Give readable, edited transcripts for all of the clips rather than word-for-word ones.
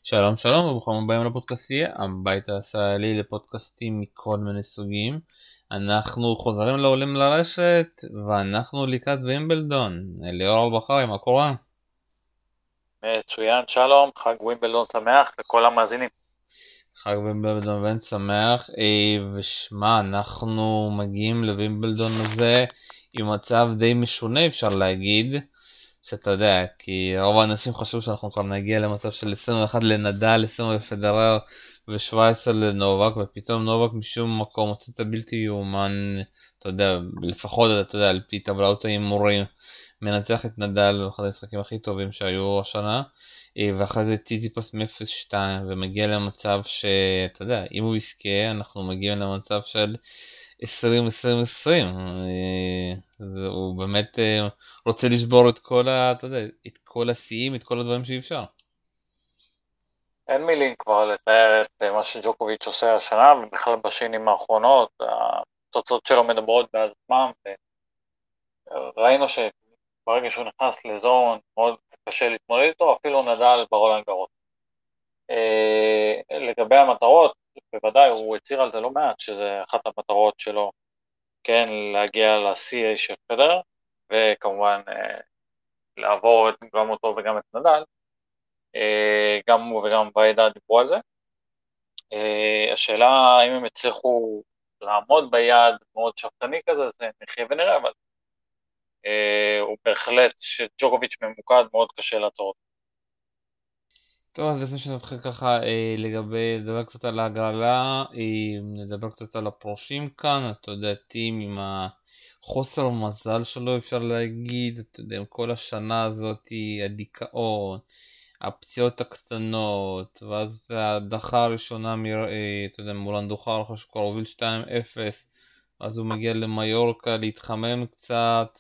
שלום שלום וברוכים הבאים לפודקאסטייה, הבית הישראלי לפודקאסטים מכל מיני סוגים. אנחנו חוזרים לעולים לרשת ואנחנו לקראת וימבלדון. ליאור אלבחרי, מה קורה? מצוין, שלום, חג ווימבלדון שמח לכל המאזינים. חג וימבלדון בן שמח. ושמע, אנחנו מגיעים לווימבלדון הזה עם מצב די משונה, אפשר להגיד, שאתה יודע, כי רוב האנשים חשבו שאנחנו כבר נגיע למצב של 21 לנדל, 20 לפדרר ו17 לנובק, ופתאום נובק משום מקום מוצא את הבלתי יאומן, אתה יודע, לפחות אתה יודע, על פי טבלאות ההימורים, מנצח את נדל באחד המשחקים הכי טובים שהיו השנה, ואחרי זה ציציפס מ-0-2 ומגיע למצב שאתה יודע, אם הוא יזכה אנחנו מגיעים למצב של 2020. הוא באמת רוצה לשבור את כל אתה יודע, את כל השיאים, את כל הדברים שאי אפשר. אין מילים כבר לתאר את מה שג'וקוביץ' עושה השנה, ובכלל בשנים האחרונות, התוצאות שלו מדברות בעד עצמם, וראינו שברגע שהוא נכנס לזון, מאוד קשה להתמודד איתו, אפילו נדל ברולנד גארוס. לגבי המטרות, בוודאי הוא הצהיר על זה לא מעט, שזה אחת המטרות שלו, כן, להגיע ל-CA של פדרר, וכמובן לעבור גם אותו וגם את נדל. גם הוא וגם ויידה דיברו על זה. השאלה האם הם הצליחו לעמוד ביעד מאוד שאפתני כזה, זה נחיה ונראה, אבל הוא בהחלט שג'וקוביץ' ממוקד, מאוד קשה לעצור אותו. טוב, אז לפני שנתחיל ככה לגבי, נדבר קצת על ההגרלה, נדבר קצת על הפרושים כאן, אתה יודע, טים עם החוסר מזל שלו אפשר להגיד, אתה יודע, עם כל השנה הזאת, הדיכאון, הפציעות הקטנות, ואז ההדחה הראשונה אתה יודע, מול אנדוחר אחרי שהוא כבר הוביל 2-0, אז הוא מגיע למיורקה להתחמם קצת,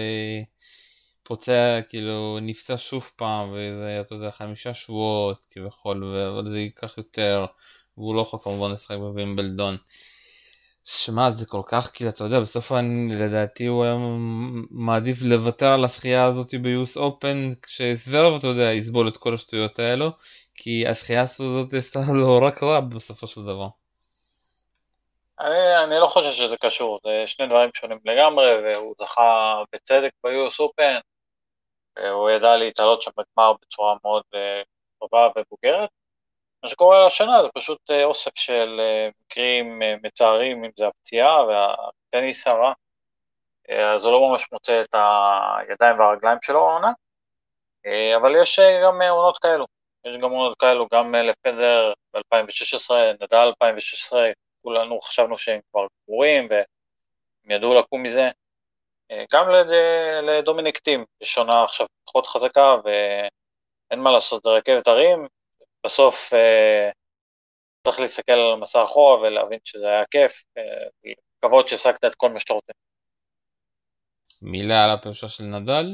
ופוצע, כאילו, נפצע שוב פעם, וזה, אתה יודע, 5 שבועות כביכול, אבל זה ייקח יותר, והוא לא יכול כמובן לשחק בווימבלדון. שמע, זה כל כך, כאילו, אתה יודע, בסוף לדעתי הוא היה מעדיף לוותר על השחייה הזאת ביוס אופן, כשסוורב, אתה יודע, יסבול את כל השטויות האלו, כי השחייה הזאת עשתה לו רק רע בסופו של דבר. אני לא חושב שזה קשור, זה שני דברים שונים לגמרי, והוא זכה בצדק ב-US Open, הוא ידע להתעלות שם בגמר בצורה מאוד טובה ובוגרת. מה שקורה השנה זה פשוט אוסף של מקרים מצערים, אם זה הפציעה והטניס הרע, אז הוא לא ממש מוצא את הידיים והרגליים שלו העונה, אבל יש גם עונות כאלו, יש גם עונות כאלו, גם לפדר ב-2016, נדל 2016, כולנו חשבנו שהם כבר גמורים והם ידעו לקום מזה, גם לדומיניק טים, יש עונה עכשיו פחות חזקה ואין מה לעשות, זה רכבת הרים, בסוף צריך להסתכל על המסע אחורה ולהבין שזה היה כיף, לקוות שהשגת את כל מה שאתה רוצה. מילה על הפרשה של נדל?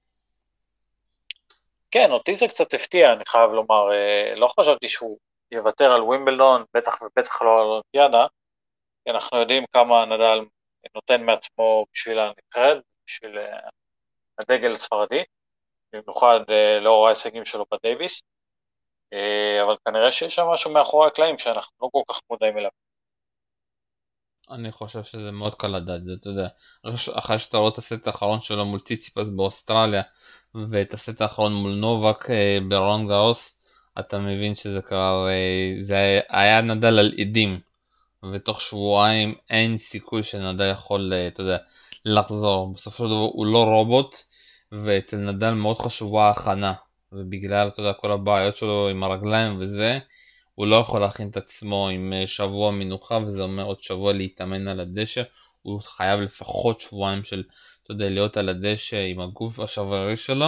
כן, אותי זה קצת הפתיע, אני חייב לומר, לא חשבתי שהוא יוותר על ווימבלדון, בטח ובטח לא על אולימפיאדה, כי אנחנו יודעים כמה נדל נותן מעצמו בשביל הנבחרת, בשביל הדגל הספרדי, במיוחד לאור ההישגים שלו בדייביס, אבל כנראה שיש שם משהו מאחורי הקלעים שאנחנו לא כל כך מודעים אליו. אני חושב שזה מאוד קל לדעת, זה, אתה יודע, אחרי שאתה רואה את הסט האחרון שלו מול ציציפס באוסטרליה, ואת הסט האחרון מול נובק ברון גאוס, אתה מבין שזה כבר, זה היה נדל על עדים, ותוך שבועיים אין סיכוי שנדל יכול, אתה יודע, לחזור. בסופו של דבר הוא לא רובוט, ואצל נדל מאוד חשובה ההכנה, ובגלל, אתה יודע, כל הבעיות שלו עם הרגליים וזה, הוא לא יכול להכין את עצמו עם שבוע מנוחה, וזה אומר עוד שבוע להתאמן על הדשא. הוא חייב לפחות שבועיים של, אתה יודע, להיות על הדשא עם הגוף השברירי שלו.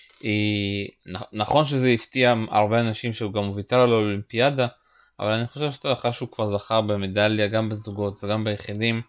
נכון שזה הפתיע הרבה אנשים שהוא גם ויתר על האולימפיאדה, אבל אני חושב שאתה אחרי שהוא כבר זכה במדליה גם בזוגות וגם ביחידים,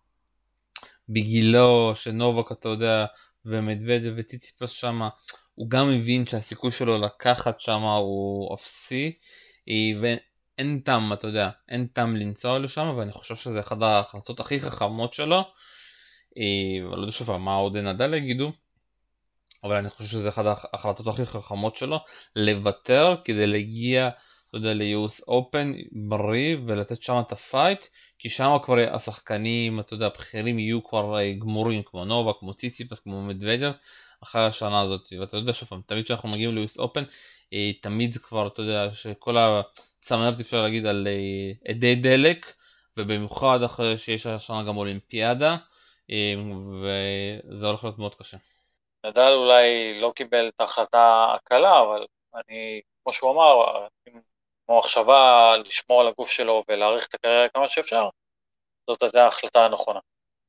בגילו שנובק, אתה יודע, ומדוודב וציציפס שמה, הוא גם מבין שהסיכוי שלו לקחת שמה הוא אפסי, ואין טעם, אתה יודע, אין טעם לנסוע לשם, ואני חושב שזה אחת ההחלטות הכי חכמות שלו. אבל לא יודע שוב מה עוד נדל יגידו, אבל אני חושב שזה אחת ההחלטות הכי חכמות שלו, לוותר כדי להגיע, אתה יודע, ל-US Open בריא ולתת שם את הפייט, כי שם כבר השחקנים, אתה יודע, הבכירים יהיו כבר גמורים, כמו נובה, כמו ציציפס, כמו מדוודב, אחרי השנה הזאת. ואתה יודע שוב פעם, תמיד כשאנחנו מגיעים ל-US Open, תמיד זה כבר, אתה יודע, שכל הצמרת אפשר להגיד על עדי דלק, ובמיוחד אחרי שיש השנה גם אולימפיאדה, וזה הולך להיות מאוד קשה. נדל אולי לא קיבל את ההחלטה הקלה, אבל אני, כמו שהוא אמר, כמו מחשבה לשמור על הגוף שלו ולהאריך את הקריירה כמה שאפשר, זאת הייתה ההחלטה הנכונה.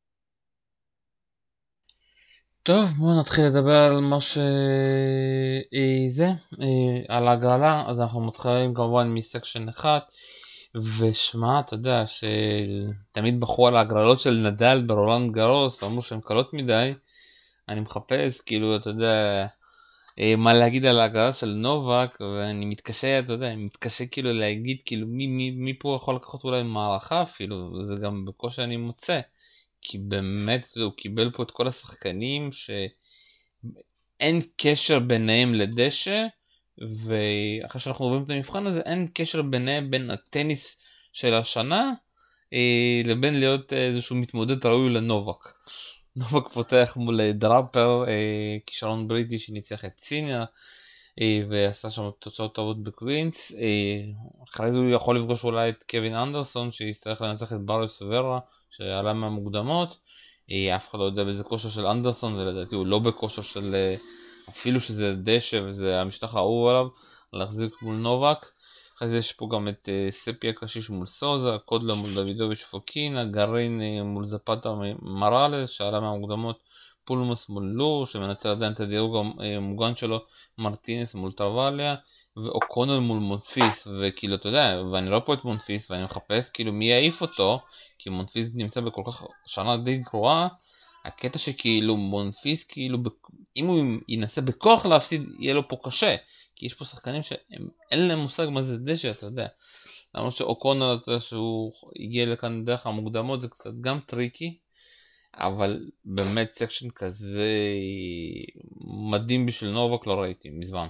טוב, בואו נתחיל לדבר על מה זה, על ההגרלה. אז אנחנו מתחילים כמובן מסקשן 1, ושמע, אתה יודע שתמיד בחרו על ההגרלות של נדל ברולנד גרוס ואמרו שהן קלות מדי. אני מחפש, כאילו, אתה יודע, מה להגיד על ההגרלה של נובק, ואני מתקשה, אתה יודע, אני מתקשה כאילו להגיד כאילו מי פה יכול לקחת אולי מערכה אפילו, וזה גם בקושי אני מוצא. כי באמת הוא קיבל פה את כל השחקנים שאין קשר ביניהם לדשא, ואחרי שאנחנו עוברים את המבחן הזה אין קשר ביניהם בין הטניס של השנה לבין להיות איזשהו מתמודד ראוי לנובק. נובק פותח מול דראפר, כישרון בריטי שניצח את סינר ועשה שם תוצאות טובות בקווינס. אחרי זה הוא יכול לפגוש אולי את קווין אנדרסון שיצטרך לנצח את בריוס ורה שעלה מהמוקדמות. אף אחד לא יודע באיזה כושר של אנדרסון, ולדעתי הוא לא בכושר של אפילו שזה דשא וזה המשטח האהוב עליו להחזיק מול נובק. אחרי זה יש פה גם את ספי הקשיש מול סוזה, קודלה מול דוידוביץ' פוקינה, גרין מול זפתה מראלס שעלה מהמוקדמות, פולמוס מול לור שמנצל עדיין את הדירוג המוגן שלו, מרטינס מול טרווליה, ואוקונל מול מונפיס. וכאילו אתה יודע, ואני לא פה את מונפיס ואני מחפש כאילו מי יעיף אותו, כי מונפיס נמצא בכל כך שנה די גרועה. הקטע שכאילו מונפיס כאילו אם הוא ינסה בכוח להפסיד יהיה לו פה קשה, כי יש פה שחקנים שאין להם מושג מה זה דשא, אתה יודע. למרות שאוקונל, אתה יודע שהוא הגיע לכאן דרך המוקדמות, זה קצת גם טריקי, אבל באמת סקשן כזה מדהים בשביל נובק לא ראיתי מזמן.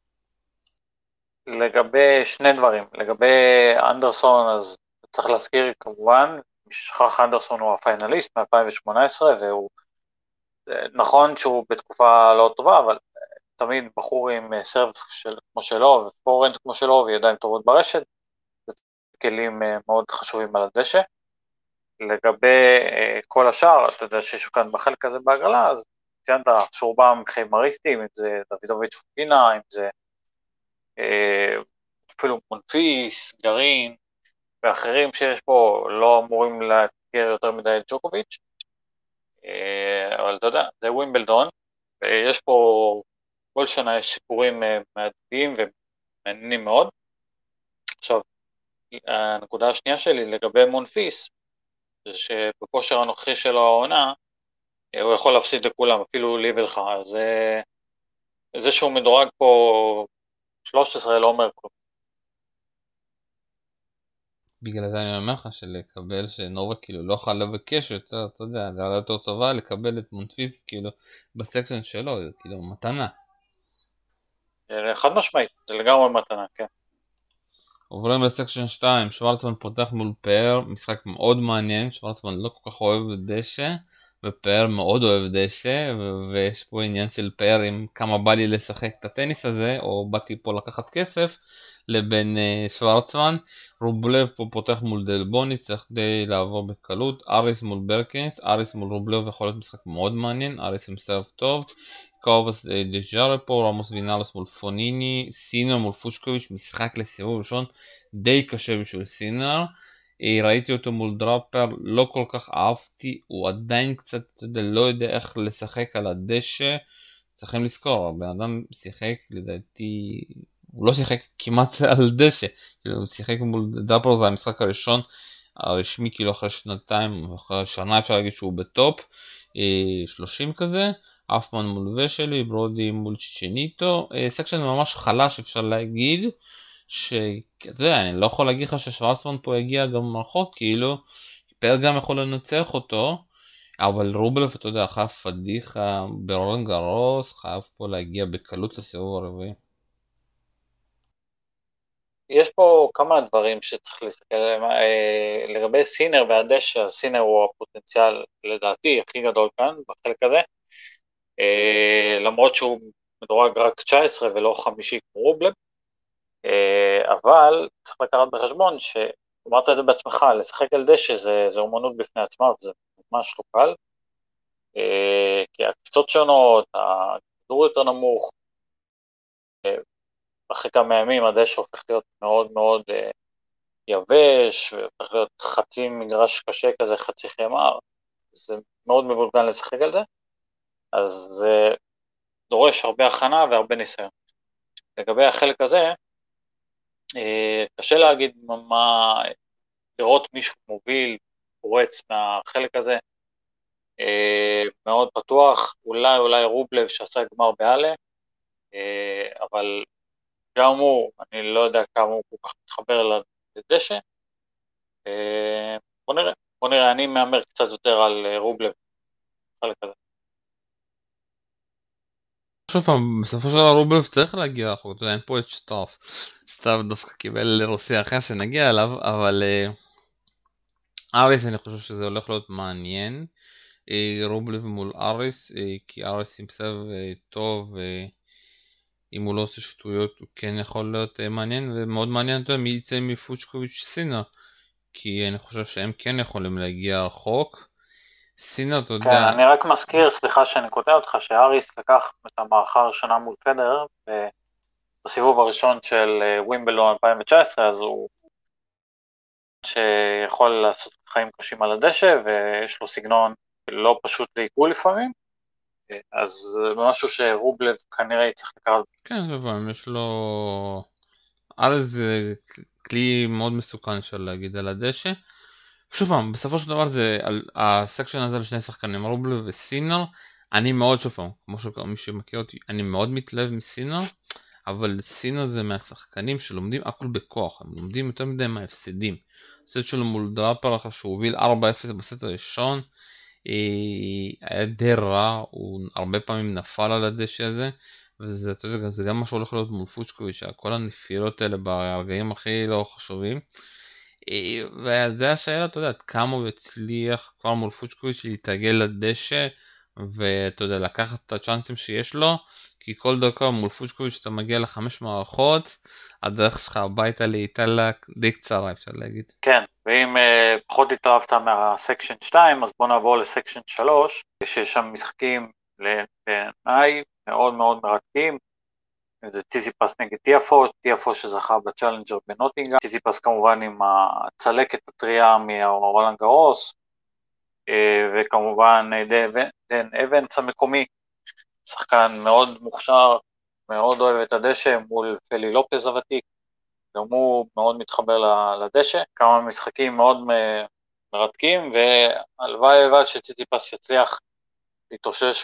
לגבי שני דברים, לגבי אנדרסון, אז צריך להזכיר כמובן, שכח אנדרסון הוא הפיינליסט מ-2018, והוא נכון שהוא בתקופה לא טובה, אבל תמיד בחור עם סרב כמו שלו ופורנד כמו שלו וידיים טובות ברשת, זה כלים מאוד חשובים על הדשא. לגבי כל השאר, אתה יודע שיש כאן בחלק הזה בהגרלה, אז ציינת שורבם חיימריסטים, אם זה דוידוביץ' פוקינה, אם זה אפילו מונפיס, גרין, ואחרים שיש פה לא אמורים לאתגר יותר מדי את ג'וקוביץ', אבל אתה יודע, זה ווימבלדון, ויש פה, כל שנה יש סיפורים מעניינים ומעניינים מאוד. עכשיו, הנקודה השנייה שלי לגבי מונפיס, זה שבכושר הנוכחי שלו העונה, הוא יכול להפסיד לכולם, אפילו לי ולך, אז זה שהוא מדורג פה 13 לא אומר כלום. בגלל זה אני אומר לך שלקבל שנובק כאילו לא יכול לבקש יותר, אתה יודע, הגרלה יותר טובה לקבל את מונפיס כאילו בסקשן שלו, זה כאילו מתנה. חד משמעית, זה לגמרי מתנה, כן. עוברים לסקשן 2, שוורצמן פותח מול פאר, משחק מאוד מעניין, שוורצמן לא כל כך אוהב דשא, ופאר מאוד אוהב דשא, ויש פה עניין של פאר עם כמה בא לי לשחק את הטניס הזה, או באתי פה לקחת כסף, לבין שוורצמן. רובלב פה פותח מול דלבוני, צריך די לעבור בקלות. אריס מול ברקינס, אריס מול רובלב יכול להיות משחק מאוד מעניין, אריס עם סרב טוב. קאובס דז'ארה פה, רמוס וינלס מול פוניני, סינר מול פושקוביץ', משחק לסיבוב ראשון די קשה בשביל סינר. ראיתי אותו מול דראפר, לא כל כך אהבתי, הוא עדיין קצת לא יודע איך לשחק על הדשא. צריכים לזכור, הבן אדם שיחק לדעתי, הוא לא שיחק כמעט על דשא, הוא שיחק מול דראפר, זה המשחק הראשון הרשמי כאילו אחרי שנתיים, אחרי שנה אפשר להגיד שהוא בטופ 30 כזה. אפמן מול ושלי, ברודי מול צ'צ'ניטו, סקשן ממש חלש אפשר להגיד, שאתה יודע, אני לא יכול להגיד לך ששוורצמן פה הגיע גם רחוק, כאילו, פאר גם יכול לנצח אותו, אבל רובלב, אתה יודע, חייב פדיחה ברולנד גרוס, חייב פה להגיע בקלות לסיבוב הרביעי. יש פה כמה דברים שצריך להסתכל עליהם. לגבי סינר והדשא, אז סינר הוא הפוטנציאל לדעתי הכי גדול כאן בחלק הזה, למרות שהוא מדורג רק 19 ולא 50 כמו רובלב, אבל צריך לקחת בחשבון שאמרת את זה בעצמך, לשחק על דשא זה אומנות בפני עצמה וזה ממש לא קל, כי הקפיצות שונות, הכדור יותר נמוך, אחרי כמה ימים הדשא הופך להיות מאוד מאוד יבש, והופך להיות חצי מגרש קשה כזה, חצי חמר, זה מאוד מבולגן לשחק על זה, אז זה דורש הרבה הכנה והרבה ניסיון. לגבי החלק הזה, קשה להגיד לראות מישהו מוביל, פורץ מהחלק הזה, מאוד פתוח, אולי רובלב שעשה גמר בעלה, אבל גם הוא, אני לא יודע כמה הוא כל כך מתחבר לדשא, בוא נראה, אני מאמר קצת יותר על רובלב בחלק הזה. שוב פעם, בסופו של דבר רובלב צריך להגיע רחוק, אתה יודע, אין פה את שטרף. סתיו דווקא קיבל לרוסיה אחרי שנגיע אליו, אבל אריס אני חושב שזה הולך להיות מעניין. רובלב מול אריס, כי אריס עם סב טוב, אם הוא לא עושה שטויות הוא כן יכול להיות מעניין, ומאוד מעניין אותו מי יצא מפוצ'קוביץ' סינר, כי אני חושב שהם כן יכולים להגיע רחוק. סינר, אתה יודע... כן, אני רק מזכיר, סליחה שאני קוטע אותך, שאריס לקח את המערכה הראשונה מול פדרר, בסיבוב הראשון של ווימבלדון 2019, אז הוא שיכול לעשות חיים קשים על הדשא, ויש לו סגנון לא פשוט לעיכול לפעמים, אז זה משהו שרובלב כנראה יצטרך לקחת. כן, זה יש לו... אריס זה כלי מאוד מסוכן, אפשר להגיד, על הדשא. שוב פעם, בסופו של דבר זה הסקשן הזה לשני שחקנים, רובלב וסינר. אני מאוד, שוב פעם, כמו שמי שמכיר אותי, אני מאוד מתלהב מסינר, אבל סינר זה מהשחקנים שלומדים הכל בכוח, הם לומדים יותר מדי מההפסדים. הסט שלו מול דראפר אחר שהוא הוביל 4-0 בסט הראשון, היה די רע, הוא הרבה פעמים נפל על הדשא הזה, וזה אתה יודע, זה גם מה שהולך להיות מול פוצ'קוביץ', כל הנפילות האלה ברגעים הכי לא חשובים. וזה השאלה, אתה יודע, כמה הוא יצליח כבר מול פוצ'קוביץ' להתרגל לדשא, ואתה יודע, לקחת את הצ'אנסים שיש לו, כי כל דקה מול פוצ'קוביץ' אתה מגיע ל5 מערכות, הדרך שלך הביתה לאיטליה די קצרה, אפשר להגיד. כן, ואם פחות התאהבת מהסקשן 2, אז בוא נעבור לסקשן 3, שיש שם משחקים לעיניי מאוד מאוד מרתקים, זה ציציפס נגד טיאפו שזכה בצ'אלנג'ר בנוטינגהאם, ציציפס כמובן עם הצלקת הטריה מהרולנד גרוס, וכמובן דן אבנס המקומי, שחקן מאוד מוכשר, מאוד אוהב את הדשא מול פלי לופז הוותיק, גם הוא מאוד מתחבר לדשא, כמה משחקים מאוד מרתקים, והלוואי שציציפס יצליח להתאושש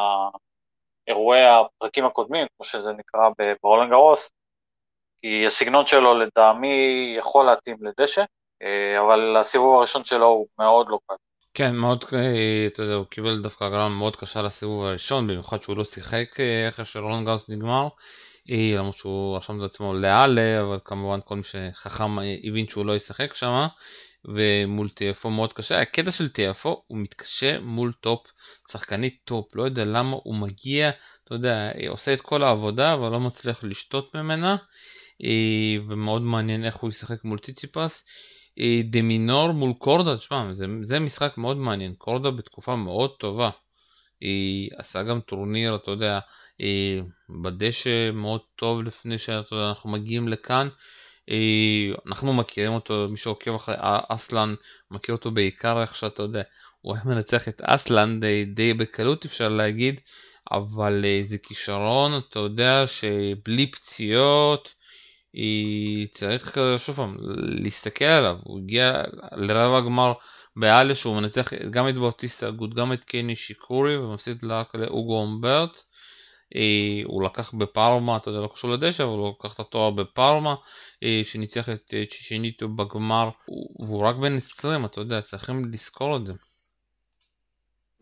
אירועי הפרקים הקודמים, כמו שזה נקרא ברולנד גרוס, כי הסגנון שלו לדעמי יכול להתאים לדשא, אבל הסיבוב הראשון שלו הוא מאוד לא קל. כן, מאוד, אתה יודע, הוא קיבל דווקא הגרלה מאוד קשה לסיבוב הראשון, במיוחד שהוא לא שיחק אחרי שרולנד גרוס נגמר, למרות שהוא רשם את עצמו לעלה, אבל כמובן כל מי שחכם הבין שהוא לא ישחק שם, ומול טיאפו מאוד קשה. הקטע של טיאפו הוא מתקשה מול טופ, שחקנית טופ, לא יודע למה הוא מגיע, אתה יודע, עושה את כל העבודה אבל לא מצליח לשתות ממנה, ומאוד מעניין איך הוא ישחק מול ציציפס. דמינור מול קורדה, תשמע, זה משחק מאוד מעניין, קורדה בתקופה מאוד טובה, היא עשה גם טורניר, אתה יודע, בדשא מאוד טוב לפני שאנחנו מגיעים לכאן. אנחנו מכירים אותו, מי שעוקב אחרי אסלן מכיר אותו בעיקר איך שאתה יודע, הוא היה מנצח את אסלן די בקלות אפשר להגיד, אבל זה כישרון, אתה יודע שבלי פציעות, צריך שוב פעם להסתכל עליו, הוא הגיע לרבע הגמר בעלה שהוא מנצח גם את באוטיסטה אגוד, גם את קייני שיקורי, ומפסיד רק לאוגו אומברט. הוא לקח בפארמה, אתה יודע, לא קשור לדשא, אבל הוא לקח את התואר בפארמה, שניצח את צ'יצ'יניטו בגמר, והוא רק בן 20, אתה יודע, צריכים לזכור את זה.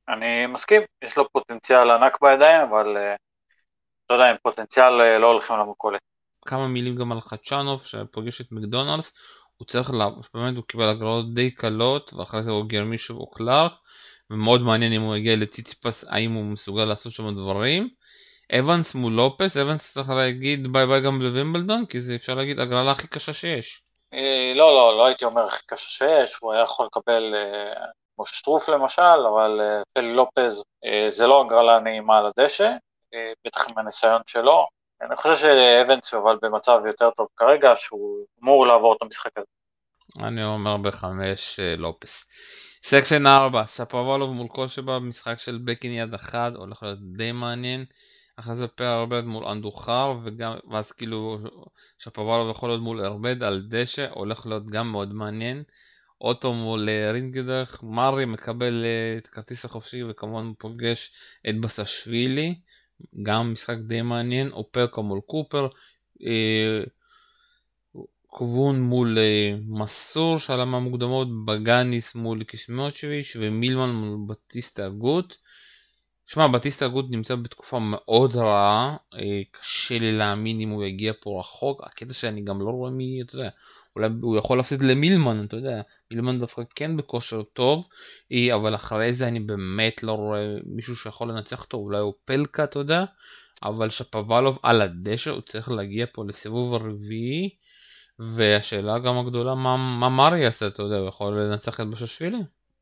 אני מסכים, יש לו פוטנציאל ענק בידיים, אבל לא יודע, עם פוטנציאל לא הולכים למכולת. כמה מילים גם על חדשנוב שפוגש את מקדונלדס. הוא צריך באמת הוא קיבל הגרלות די קלות, ואחרי זה הוא גרמי שוב או קלארק, ומאוד מעניין אם הוא יגיע לציציפס, האם הוא מסוגל לעשות שם דברים. אבנס מול לופס, אבנס צריך להגיד ביי ביי גם לווימבלדון, כי זה אפשר להגיד הגרלה הכי קשה שיש. לא הייתי אומר הכי קשה שיש, הוא היה יכול לקבל כמו שטרוף למשל, אבל פלי לופז זה לא הגרלה נעימה על הדשא, בטח עם הניסיון שלו. אני חושב שאבנס אבל במצב יותר טוב כרגע, שהוא אמור לעבור את המשחק הזה. אני אומר בחמש לופס. סקשן 4, ספוולוב מול קושבה במשחק של בקין יד אחד, הולך להיות די מעניין. אחרי זה פר ארבד מול אנדוחר, ואז כאילו שפוולוב יכול להיות מול ארבד על דשא, הולך להיות גם מאוד מעניין. אוטו מול רינגדך, מרי מקבל את כרטיס החופשי וכמובן פוגש את בסשווילי, גם משחק די מעניין. אופרקה מול קופר, קובון מול מסור שעלה מהמוקדמות, בגניס מול קיסמוצ'ביץ' ומילמן מול בטיסטה אגוט. שמע, בטיסטה אגוט נמצא בתקופה מאוד רעה, קשה לי להאמין אם הוא יגיע פה רחוק. הקטע שאני גם לא רואה מי, אתה יודע, אולי הוא יכול להפסיד למילמן, אתה יודע, מילמן דווקא כן בכושר טוב, אבל אחרי זה אני באמת לא רואה מישהו שיכול לנצח אותו, אולי הוא פלקה, אתה יודע, אבל שפוולוב על הדשא, הוא צריך להגיע פה לסיבוב הרביעי. והשאלה גם הגדולה, מה מרי יעשה, אתה יודע, הוא יכול לנצח את בששווילי?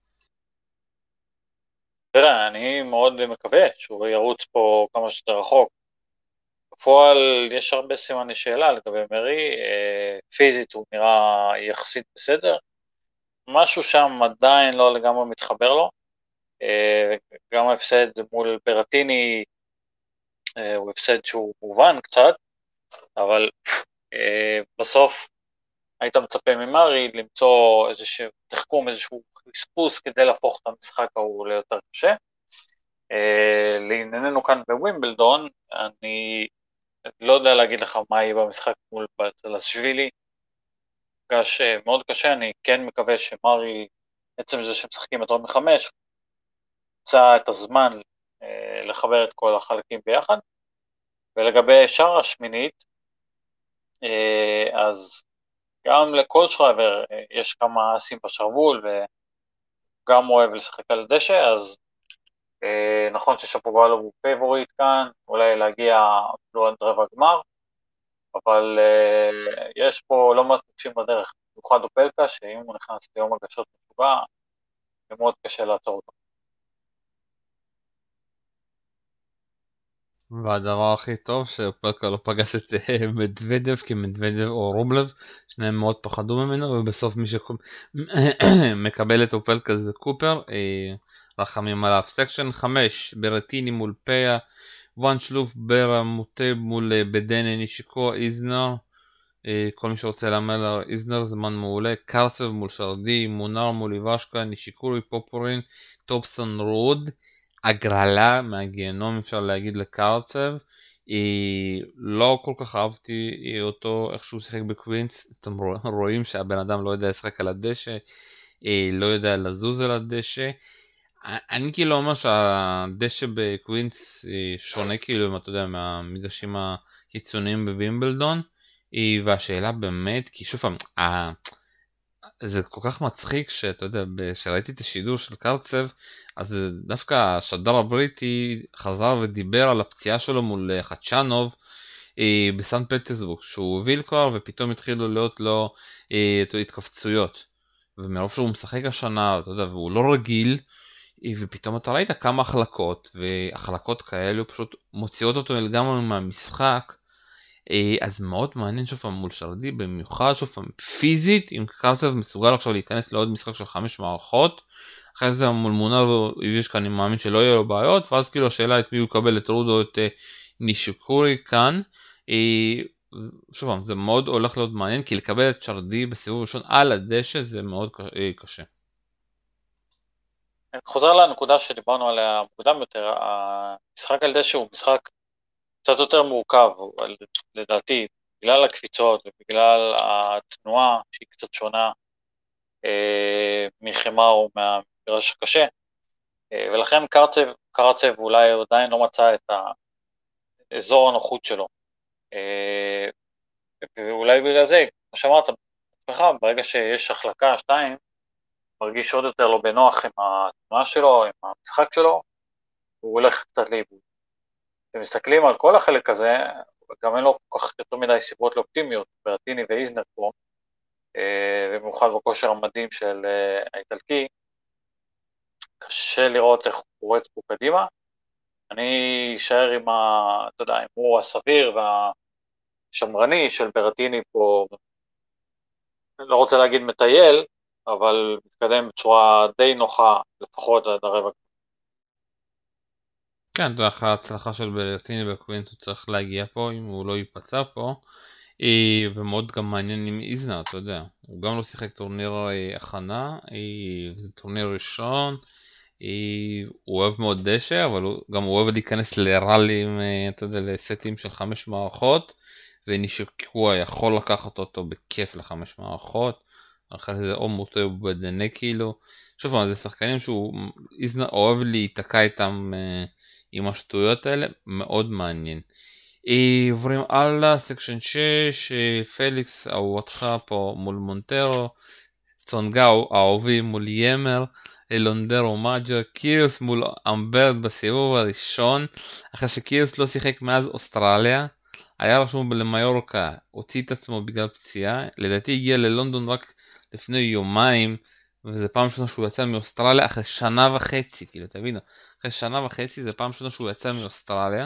תראה, אני מאוד מקווה שהוא ירוץ פה כמה שיותר רחוק. בפועל יש הרבה סימני שאלה לגבי מרי, פיזית הוא נראה יחסית בסדר, משהו שם עדיין לא לגמרי מתחבר לו, גם ההפסד מול ברטיני הוא הפסד שהוא מובן קצת, אבל בסוף היית מצפה ממרי למצוא איזשהו תחכום, איזשהו חספוס כדי להפוך את המשחק ההוא ליותר קשה. לענייננו כאן בווימבלדון, אני לא יודע להגיד לך מה יהיה במשחק מול בצלשווילי, מפגש מאוד קשה, אני כן מקווה שמרי, עצם זה שמשחקים יותר מחמש, ימצא את הזמן לחבר את כל החלקים ביחד. ולגבי שאר השמינית, אז גם לכל שרייבר יש כמה אסים בשרוול, וגם הוא אוהב לשחק על דשא, אז נכון ששפובלוב הוא פייבוריט כאן, אולי להגיע אפילו עד רבע גמר, אבל יש פה לא מעט מוקשים בדרך, במיוחד אופלקה, שאם הוא נכנס ליום הגשות בתוגה, זה מאוד קשה לעצור אותו. והדבר הכי טוב שאופלקה לא פגש את מדוודב, כי מדוודב או רובלב שניהם מאוד פחדו ממנו, ובסוף מי שמקבל את אופלקה זה קופר, רחמים עליו. סקשן 5, ברטיני מול פיה, וואן שלוף ברה מוטה מול בדנה נישיקו איזנר, כל מי שרוצה להמר על איזנר זמן מעולה. קרצב מול שרדי, מונר מול איבשקה, נישיקורי פופורין, טופסון רוד, הגרלה מהגיהנום אפשר להגיד לקרצב. לא כל כך אהבתי אותו איך שהוא שיחק בקווינס, אתם רואים שהבן אדם לא יודע לשחק על הדשא, לא יודע לזוז על הדשא. אני כאילו אומר שהדשא בקווינס שונה כאילו, אם אתה יודע, מהמגרשים הקיצוניים בווימבלדון, והשאלה באמת, כי שוב פעם, זה כל כך מצחיק שאתה יודע, כשראיתי את השידור של קרצב, אז דווקא השדר הבריטי חזר ודיבר על הפציעה שלו מול חדשנוב בסן פטרסבורג, שהוא הוביל כבר ופתאום התחילו להיות לו התכווצויות, ומרוב שהוא משחק השנה, אתה יודע, והוא לא רגיל, ופתאום אתה ראית כמה החלקות, והחלקות כאלו פשוט מוציאות אותו לגמרי מהמשחק. אז מאוד מעניין שוב פעם מול שרדי, במיוחד שוב פעם פיזית, אם קרצב מסוגל עכשיו להיכנס לעוד משחק של 5 מערכות, אחרי זה מול מונר וישקה אני מאמין שלא יהיה לו בעיות, ואז כאילו השאלה את מי הוא יקבל, את רודו או את נישיקורי כאן. שוב פעם, זה מאוד הולך להיות מעניין, כי לקבל את שרדי בסיבוב ראשון על הדשא זה מאוד קשה. אני חוזר לנקודה שדיברנו עליה מוקדם יותר, המשחק על דשא הוא משחק קצת יותר מורכב, אבל לדעתי, בגלל הקפיצות ובגלל התנועה שהיא קצת שונה מחמר או מהמגרש הקשה, ולכן קרצב אולי עדיין לא מצא את האזור הנוחות שלו. ואולי בגלל זה, כמו שאמרת, ברגע שיש החלקה, 2, מרגיש עוד יותר לא בנוח עם התנועה שלו, עם המשחק שלו, הוא הולך קצת לאיבוד. כשמסתכלים על כל החלק הזה, גם אין לו כל כך יותר מדי סיבות לאופטימיות, ברטיני ואיזנר פה, במיוחד בכושר המדהים של האיטלקי, קשה לראות איך הוא פורץ פה קדימה. אני אשאר עם אתה יודע, ההימור הסביר והשמרני של ברטיני פה, לא רוצה להגיד מטייל, אבל מתקדם בצורה די נוחה, לפחות עד הרבע. כן, זה אחרי ההצלחה של ברטיני בקווינס הוא צריך להגיע פה אם הוא לא ייפצע פה. ומאוד גם מעניין עם איזנר, אתה יודע, הוא גם לא שיחק טורניר הכנה, זה טורניר ראשון, הוא אוהב מאוד דשא, אבל הוא גם אוהב להיכנס לראלים, אתה יודע, לסטים של 5 מערכות, ונישיקווה יכול לקחת אותו בכיף ל5 מערכות, אחרי זה או מוטה או בדנה כאילו. שוב פעם, זה שחקנים שהוא אוהב להיתקע איתם עם השטויות האלה, מאוד מעניין. עוברים הלאה, סקשן 6, פליקס אהובתך פה מול מונטרו, צונגאו אהובי מול ימר, לונדרו מג'ר, קיריוס מול אמברד בסיבוב הראשון, אחרי שקיריוס לא שיחק מאז אוסטרליה, היה רשום למיורקה, הוציא את עצמו בגלל פציעה, לדעתי הגיע ללונדון רק לפני יומיים, וזה פעם ראשונה שהוא יצא מאוסטרליה אחרי 1.5 שנה, כאילו תבינו, אחרי 1.5 שנה זה פעם ראשונה שהוא יצא מאוסטרליה,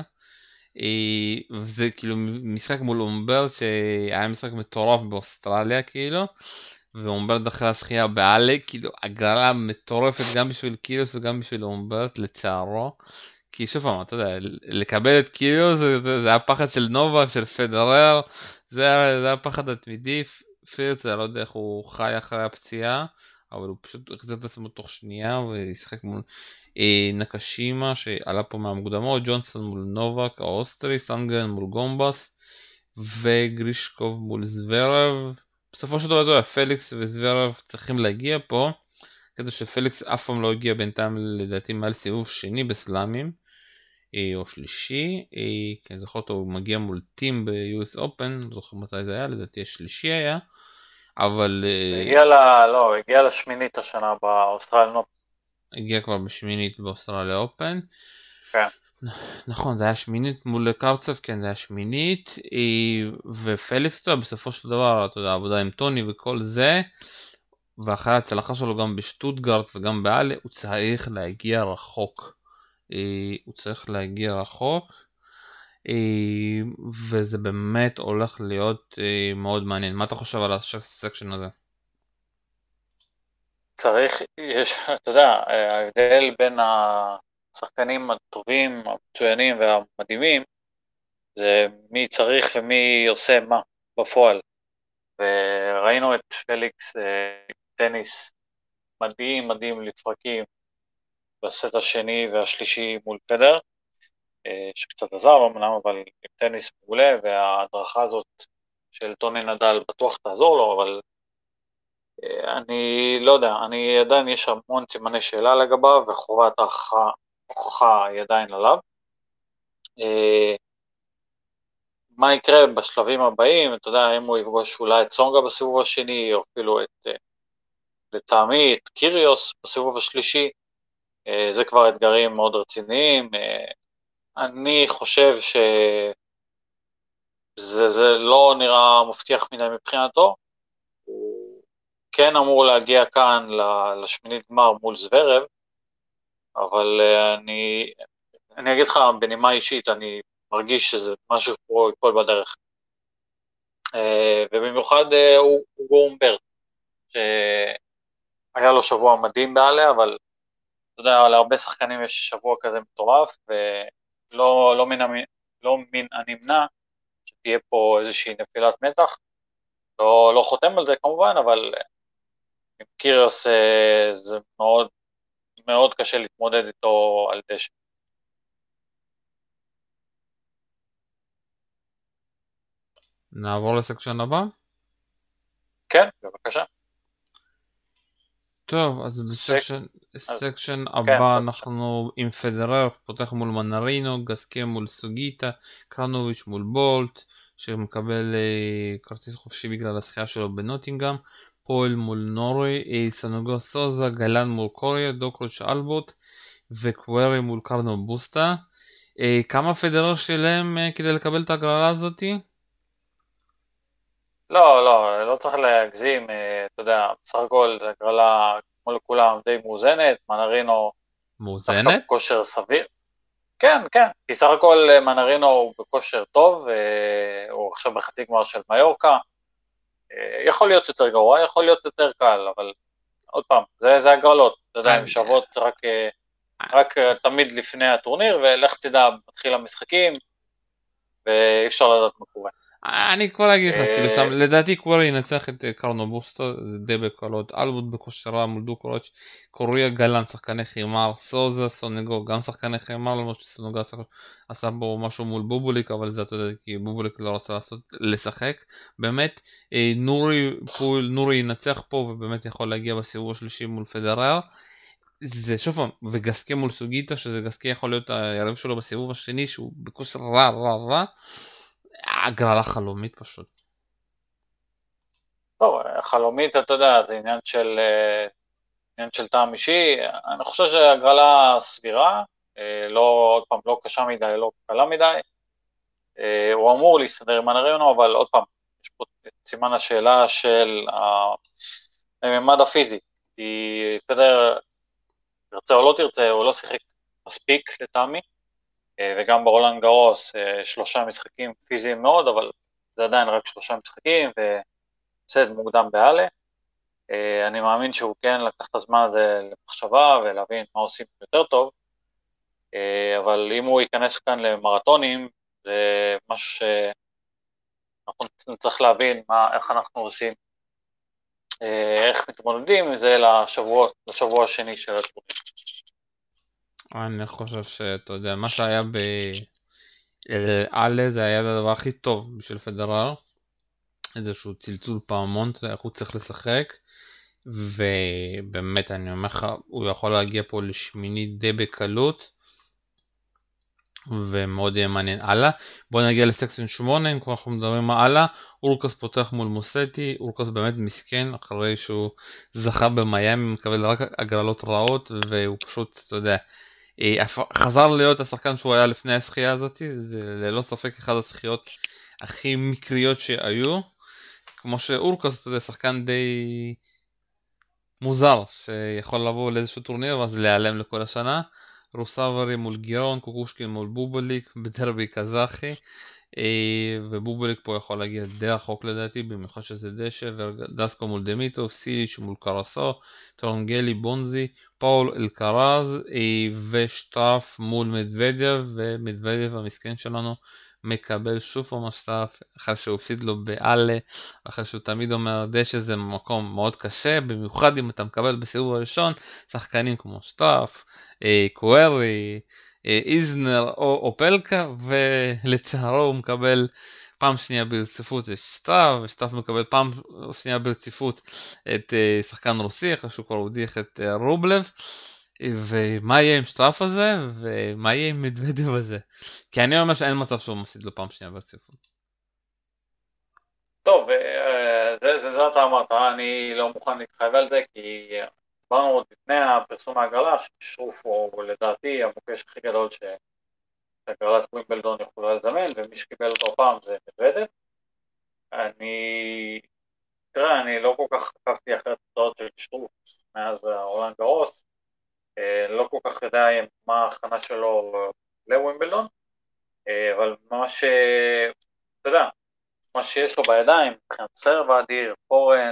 וזה כאילו משחק מול אומברט שהיה משחק מטורף באוסטרליה כאילו, ואומברט אחרי הזכייה בעלה, כאילו הגרלה מטורפת גם בשביל קיריוס וגם בשביל אומברט לצערו, כי שוב פעם אתה יודע, לקבל את קיריוס זה הפחד של נובק, של פדרר, זה הפחד התמידי. פירץ אני לא יודע איך הוא חי אחרי הפציעה, אבל הוא פשוט החזיר את עצמו תוך שנייה וישחק מול נקשימה שעלה פה מהמוקדמות, ג'ונסון מול נובק האוסטרי, סנגרן מול גומבס וגרישקוב מול זוורב. בסופו של דבר פליקס וזוורב צריכים להגיע פה, כדי שפליקס אף פעם לא הגיע בינתיים לדעתי מעל סיבוב שני בסלאמים או שלישי, כי אני זוכר אותו הוא מגיע מול טים ב-US Open, זוכר מתי זה היה, לדעתי השלישי היה, אבל הגיע לשמינית השנה באוסטרליאן אופן. הגיע כבר בשמינית באוסטרליה אופן. כן. נכון, זה היה שמינית מול קרצב, כן, זה היה שמינית, ופליקס בסופו של דבר, אתה יודע, עבודה עם טוני וכל זה, ואחרי ההצלחה שלו גם בשטוטגרט וגם באלה, הוא צריך להגיע רחוק. הוא צריך להגיע רחוק, וזה באמת הולך להיות מאוד מעניין. מה אתה חושב על הסקשן הזה? אתה יודע, ההבדל בין השחקנים הטובים, המצוינים והמדהימים, זה מי צריך ומי עושה מה בפועל. וראינו את פליקס טניס מדהים לפרקים בסט השני והשלישי מול פדר, שקצת עזר אמנם, אבל עם טניס מעולה, וההדרכה הזאת של טוני נדל בטוח תעזור לו, אבל אני לא יודע, עדיין יש המון סימני שאלה לגביו, וחובת ההוכחה היא עדיין עליו. מה יקרה בשלבים הבאים, אתה יודע, אם הוא יפגוש אולי את סונגה בסיבוב השני, או אפילו לטעמי את קיריוס בסיבוב השלישי, זה כבר אתגרים מאוד רציניים. אני חושב שזה לא נראה מבטיח מדי מבחינתו, הוא כן אמור להגיע כאן לשמינית גמר מול זוורב, אבל אני אגיד לך בנימה אישית, אני מרגיש שזה משהו פה ייפול בדרך. ובמיוחד הוא אומברט, שהיה לו שבוע מדהים בעלה, אבל אתה יודע, להרבה שחקנים יש שבוע כזה מטורף, ולא מן הנמנע שתהיה פה איזושהי נפילת מתח. לא חותם על זה כמובן, אבל עם קיריוס זה מאוד מאוד קשה להתמודד איתו על דשא. נעבור לסקשן הבא. כן, בבקשה. טוב, אז סק, אז בסקשן כן, הבא בבקשה. אנחנו עם פדרר, פותח מול מנרינו, גסקה מול סוגיטה, קרנוביץ' מול בולט, שמקבל כרטיס חופשי בגלל הזכייה שלו בנוטינגאם, פועל מול נורי, סנוגו סוזה, גלן מול קוריה, דוקרוץ' אלבוט, וקווירי מול קרנו בוסטה. כמה פדרר שילם כדי לקבל את ההגרלה הזאתי? לא צריך להגזים, אתה יודע, בסך הכל זו הגרלה כמו לכולם די מאוזנת, מנרינו דווקא מאוזנת? בכושר סביר. כן, כן, כי סך הכל מנרינו הוא בכושר טוב, הוא עכשיו בחצי גמר של מיורקה, יכול להיות יותר גרוע, יכול להיות יותר קל, אבל עוד פעם, זה הגרלות, אתה יודע, הן אני, שוות רק תמיד לפני הטורניר, ולך תדע, מתחיל המשחקים, ואי אפשר לדעת מה קורה. אני כבר אגיד לך, כאילו אה, סתם, לדעתי קווירי ינצח את קרנו בוסטה, זה די בקלות, אלבוט בכושר רע מול דוקורוץ', קוריה גלן שחקני חימר, סוזה, סונגו, גם שחקני חימר, למרות שסונגו עשה בו משהו מול בובוליק, אבל זה אתה יודע, כי בובוליק לא רצה לשחק, באמת, נורי ינצח פה, ובאמת יכול להגיע בסיבוב השלישי מול פדרר, זה שוב פעם, וגסקה מול סוגיטה, שזה גסקה יכול להיות היריב שלו בסיבוב השני, שהוא בכושר רע רע רע, הגרלה חלומית פשוט. טוב, חלומית, אתה יודע, זה עניין של טעם אישי, אני חושב שהגרלה סבירה, לא, עוד פעם, לא קשה מדי, לא קלה מדי, הוא אמור להסתדר עם מנרינו, אבל עוד פעם, יש פה סימן השאלה של הממד הפיזי, כי פדר, תרצה או לא תרצה, הוא לא שיחק מספיק לטעמי, וגם ברולנד גרוס 3 משחקים פיזיים מאוד, אבל זה עדיין רק 3 משחקים, והפסד מוקדם באלה. אני מאמין שהוא כן לקח את הזמן הזה למחשבה ולהבין מה עושים יותר טוב, אבל אם הוא ייכנס כאן למרתונים, זה משהו שאנחנו נצטרך להבין איך אנחנו עושים, איך מתמודדים עם זה לשבוע השני של הטורניר. אני חושב שאתה יודע, מה שהיה באלה זה היה הדבר הכי טוב בשביל פדרר, איזשהו צלצול פעמון, איך הוא צריך לשחק, ובאמת אני אומר לך, הוא יכול להגיע פה לשמינית די בקלות, ומאוד יהיה מעניין. הלאה, בוא נגיע לסקשן 8, אם כבר אנחנו מדברים על הלאה, אורקוס פותח מול מוסטי, אורקוס באמת מסכן, אחרי שהוא זכה במיימי, מקבל רק הגרלות רעות, והוא פשוט, אתה יודע, חזר להיות השחקן שהוא היה לפני השחייה הזאת, זה ללא ספק אחד השחיות הכי מקריות שהיו, כמו שאורקוס, אתה יודע, שחקן די מוזר, שיכול לבוא לאיזשהו טורניר ואז להיעלם לכל השנה. רוסאברי מול גירון, קוקושקין מול בובוליק, בדרבי קזחי, ובובוליק פה יכול להגיע די רחוק לדעתי, במיוחד שזה דשא, ודסקו מול דמיטרוב, סיליש מול קרסו, טורנגלי בונזי, פאול אלקרז, ושטרף מול מדוודב, ומדוודב המסכן שלנו מקבל שוב פעם שטרף, אחרי שהוא הפסיד לו באלה, אחרי שהוא תמיד אומר דשא זה מקום מאוד קשה, במיוחד אם אתה מקבל בסיבוב הראשון שחקנים כמו שטרף, קווירי, איזנר או אופלקה, ולצערו הוא מקבל פעם שנייה ברציפות את סטאב, וסטאב מקבל פעם שנייה ברציפות את שחקן רוסי, אחרי שהוא כבר הודיח את רובלב, ומה יהיה עם שטראף הזה, ומה יהיה עם מדוודב הזה? כי אני אומר שאין מצב שהוא מפסיד לו פעם שנייה ברציפות. טוב, זה אתה אמרת, אני לא מוכן להתחייב על זה, כי דיברנו עוד לפני הפרסום ההגרלה, ששרוף הוא לדעתי המוקש הכי גדול שהגרלת ווימבלדון יכולה לזמן, ומי שקיבל אותו פעם זה מדוודב. תראה, אני לא כל כך עקבתי אחרי התוצאות של שרוף מאז רולנד גרוס, לא כל כך יודע מה ההכנה שלו לווימבלדון, אבל ממש, אתה יודע, מה שיש לו בידיים, מבחינת סרב האדיר, פורנד,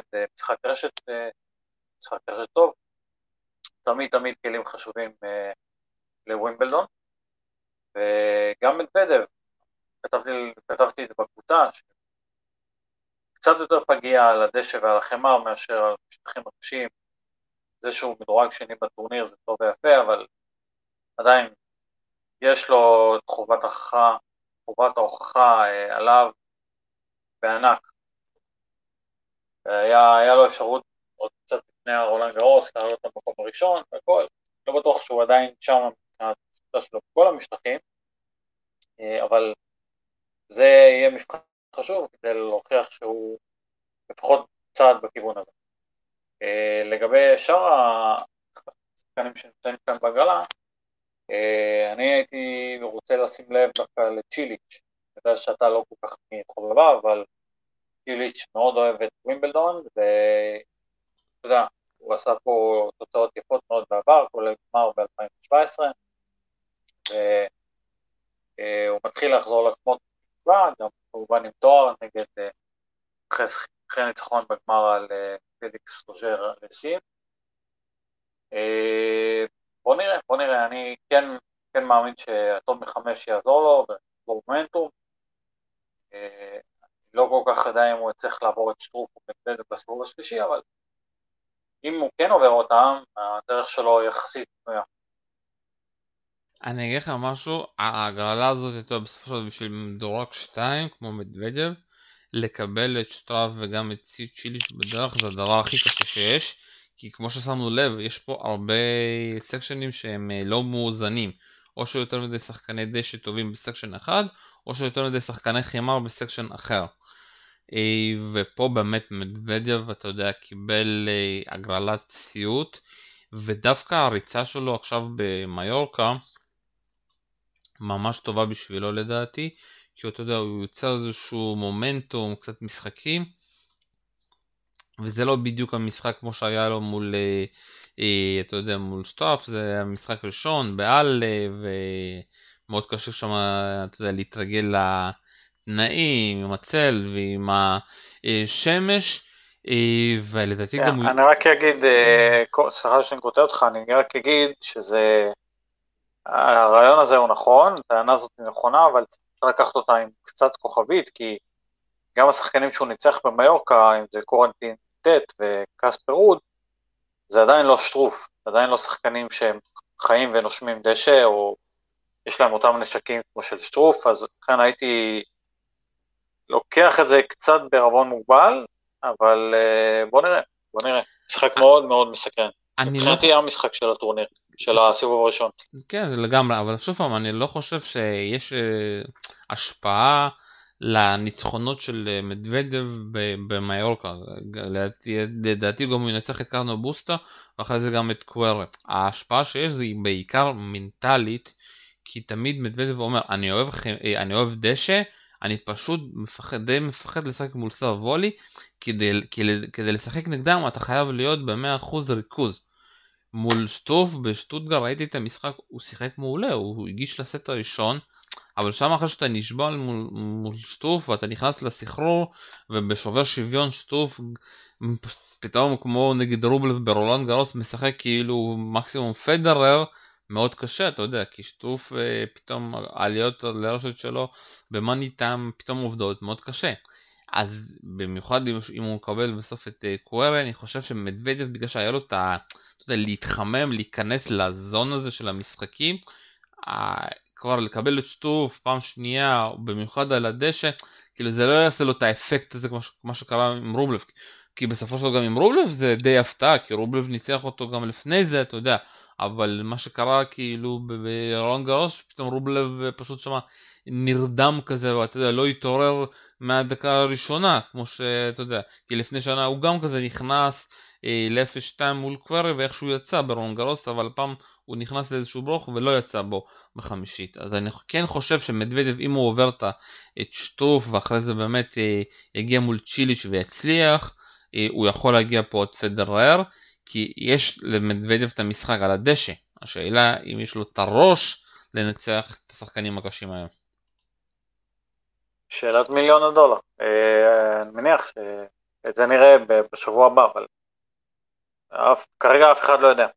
משחק רשת טוב, תמיד כלים חשובים לווימבלדון, וגם מדוודב, כתבתי את זה בקבוצה, קצת יותר פגיע על הדשא ועל החמר מאשר על שטחים הקשים, זה שהוא מדורג שני בטורניר זה טוב ויפה, אבל עדיין יש לו את חובת ההוכחה עליו בענק. היה לו אפשרות עוד קצת לפני הרולנד גארוס, לעלות למקום הראשון והכל, לא בטוח שהוא עדיין שם מבחינת השיטה שלו בכל המשטחים, אבל זה יהיה מבחן חשוב כדי להוכיח שהוא לפחות צעד בכיוון הזה. לגבי שאר השחקנים שנמצאים כאן בהגרלה, אני הייתי רוצה לשים לב דווקא לצ'יליץ', אני יודע שאתה לא כל כך מחובבה, אבל צ'יליץ' מאוד אוהב את ווימבלדון, ואתה יודע, הוא עשה פה תוצאות יפות מאוד בעבר, כולל גמר ב-2017, והוא מתחיל לחזור לעצמו תקווה, גם כמובן עם תואר נגד אחרי ניצחון בגמר על פליקס רוג'ר לסין. בוא נראה, אני כן מאמין שהטוב מחמש יעזור לו, ובמומנטום, לא כל כך יודע אם הוא יצטרך לעבור את שטרוף ובנבד בסיבוב השלישי, אבל אם הוא כן עובר אותם, הדרך שלו יחסית פנויה. אני אגיד לך משהו, ההגרלה הזאת הייתה בסופו של דבר בשביל מדורג 2, כמו מדוודב, לקבל את שטראף וגם את צ'יליץ' בדרך זה הדבר הכי קשה שיש, כי כמו ששמנו לב, יש פה הרבה סקשנים שהם לא מאוזנים, או שיותר מדי שחקני דשא טובים בסקשן אחד, או שיותר מדי שחקני חימר בסקשן אחר. ופה באמת מדוודב, אתה יודע, קיבל הגרלת סיוט, ודווקא הריצה שלו עכשיו במיורקה ממש טובה בשבילו לדעתי, כי אתה יודע, הוא יוצר איזשהו מומנטום, קצת משחקים, וזה לא בדיוק המשחק כמו שהיה לו מול, אתה יודע, מול שטראף, זה המשחק ראשון, בעלה, ומאוד קשה שם, אתה יודע, להתרגל לתנאים, עם הצל ועם השמש, ולדעתי גם הוא... אני רק אגיד, סליחה שאני קוטע אותך, אני רק אגיד שזה, הרעיון הזה הוא נכון, הטענה הזאת היא נכונה, אבל צריך לקחת אותה עם קצת כוכבית, כי גם השחקנים שהוא ניצח במיורקה, אם זה קורנטין טט וקספר רוד, זה עדיין לא שטרוף, עדיין לא שחקנים שהם חיים ונושמים דשא, או יש להם אותם נשקים כמו של שטרוף, אז לכן הייתי לוקח את זה קצת בערבון מוגבל, אבל בוא נראה, משחק מאוד מאוד מסקרן. מבחינתי היה המשחק של הטורניר, של הסיבוב הראשון. כן, זה לגמרי, אבל שוב פעם, אני לא חושב שיש השפעה לניצחונות של מדוודב במיורקה. לדעתי גם הוא ינצח את קרנו בוסטה, ואחרי זה גם את קווארה. ההשפעה שיש זה בעיקר מנטלית, כי תמיד מדוודב אומר, אני אוהב דשא, אני פשוט די מפחד לשחק מול סרב וולי, כדי לשחק נגדם אתה חייב להיות ב100% ריכוז. מול שטוף בשטוטגר ראיתי את המשחק, הוא שיחק מעולה, הוא הגיש לסט הראשון, אבל שם אחרי שאתה נשבע מול שטוף ואתה נכנס לסחרור, ובשובר שוויון שטוף פתאום כמו נגד רובלב ברולנד גארוס משחק כאילו מקסימום פדרר, מאוד קשה, אתה יודע, כי שטוף פתאום העליות לרשת שלו במאני טיים פתאום עובדות מאוד קשה. אז במיוחד אם הוא מקבל בסוף את קווארה, אני חושב שמדוודב בגלל שהיה לו את ה... אתה יודע, להתחמם, להיכנס לזון הזה של המשחקים, כבר לקבל את שטוף פעם שנייה, במיוחד על הדשא, כאילו זה לא יעשה לו את האפקט הזה כמו שקרה עם רובלב, כי בסופו של דבר גם עם רובלב זה די הפתעה, כי רובלב ניצח אותו גם לפני זה, אתה יודע, אבל מה שקרה כאילו ברולנד גארוס, פתאום רובלב פשוט שמה נרדם כזה, ואתה יודע, לא התעורר מהדקה הראשונה, כמו שאתה יודע, כי לפני שנה הוא גם כזה נכנס ל-0-2 מול קווארה, ואיכשהו יצא ברולנד גארוס, אבל הפעם הוא נכנס לאיזשהו ברוך ולא יצא בו בחמישית. אז אני כן חושב שמדוודב, אם הוא עובר את שטרוף, ואחרי זה באמת יגיע מול צ'יליץ' ויצליח, הוא יכול להגיע פה עוד פדרר, כי יש למדוודב את המשחק על הדשא. השאלה אם יש לו את הראש לנצח את השחקנים הקשים היום. שאלת $1,000,000. אני מניח שאת זה נראה בשבוע הבא, אבל כרגע אף אחד לא יודע.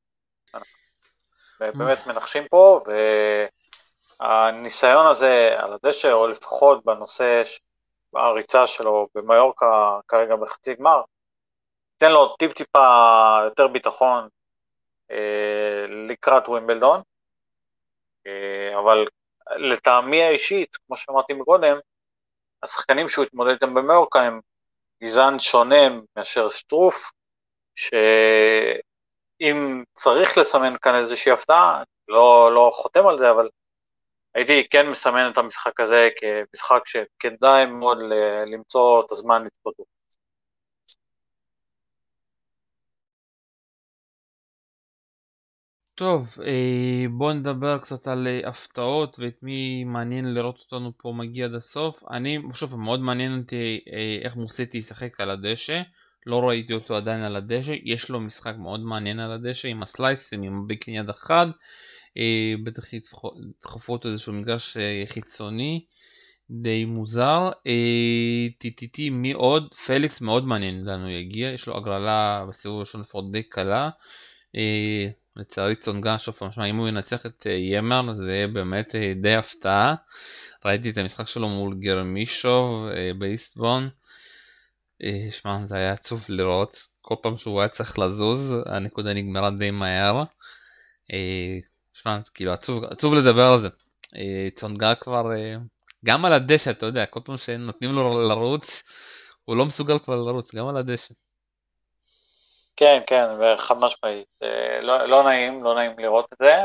באמת מנחשים פה, והניסיון הזה על הדשא, או לפחות בנושא הריצה שלו במיורקה כרגע בחצי גמר, תן לו טיפה יותר ביטחון לקראת ווימבלדון, אבל לטעמי האישית, כמו שאמרתי מקודם, השחקנים שהוא התמודד איתם במיורקה הם גזען שונה מאשר שטרוף, שאם צריך לסמן כאן איזושהי הפתעה, לא חותם על זה, אבל הייתי כן מסמן את המשחק הזה כמשחק שכדאי מאוד למצוא את הזמן לצפות בו. טוב, בואו נדבר קצת על הפתעות ואת מי מעניין לראות אותנו פה מגיע עד הסוף. אני, שוב, מאוד מעניין אותי איך מוסטי ישחק על הדשא. לא ראיתי אותו עדיין על הדשא. יש לו משחק מאוד מעניין על הדשא עם הסלייסים, עם הבקן יד אחד. בטח ידחפו אותו איזשהו מגרש חיצוני די מוזר. TTT מי עוד? פליקס מאוד מעניין לנו יגיע. יש לו הגרלה בסיבוב ראשון לפחות די קלה. לצערי צונגה שוב פעם, אם הוא ינצח את ימר זה יהיה באמת די הפתעה. ראיתי את המשחק שלו מול גרמישוב באיסטבון. שמע, זה היה עצוב לראות. כל פעם שהוא היה צריך לזוז הנקודה נגמרה די מהר. שמע, כאילו עצוב לדבר על זה. צונגה כבר גם על הדשא, אתה יודע, כל פעם שנותנים לו לרוץ הוא לא מסוגל כבר לרוץ, גם על הדשא. כן, כן, וחד משמעית. לא נעים לראות את זה,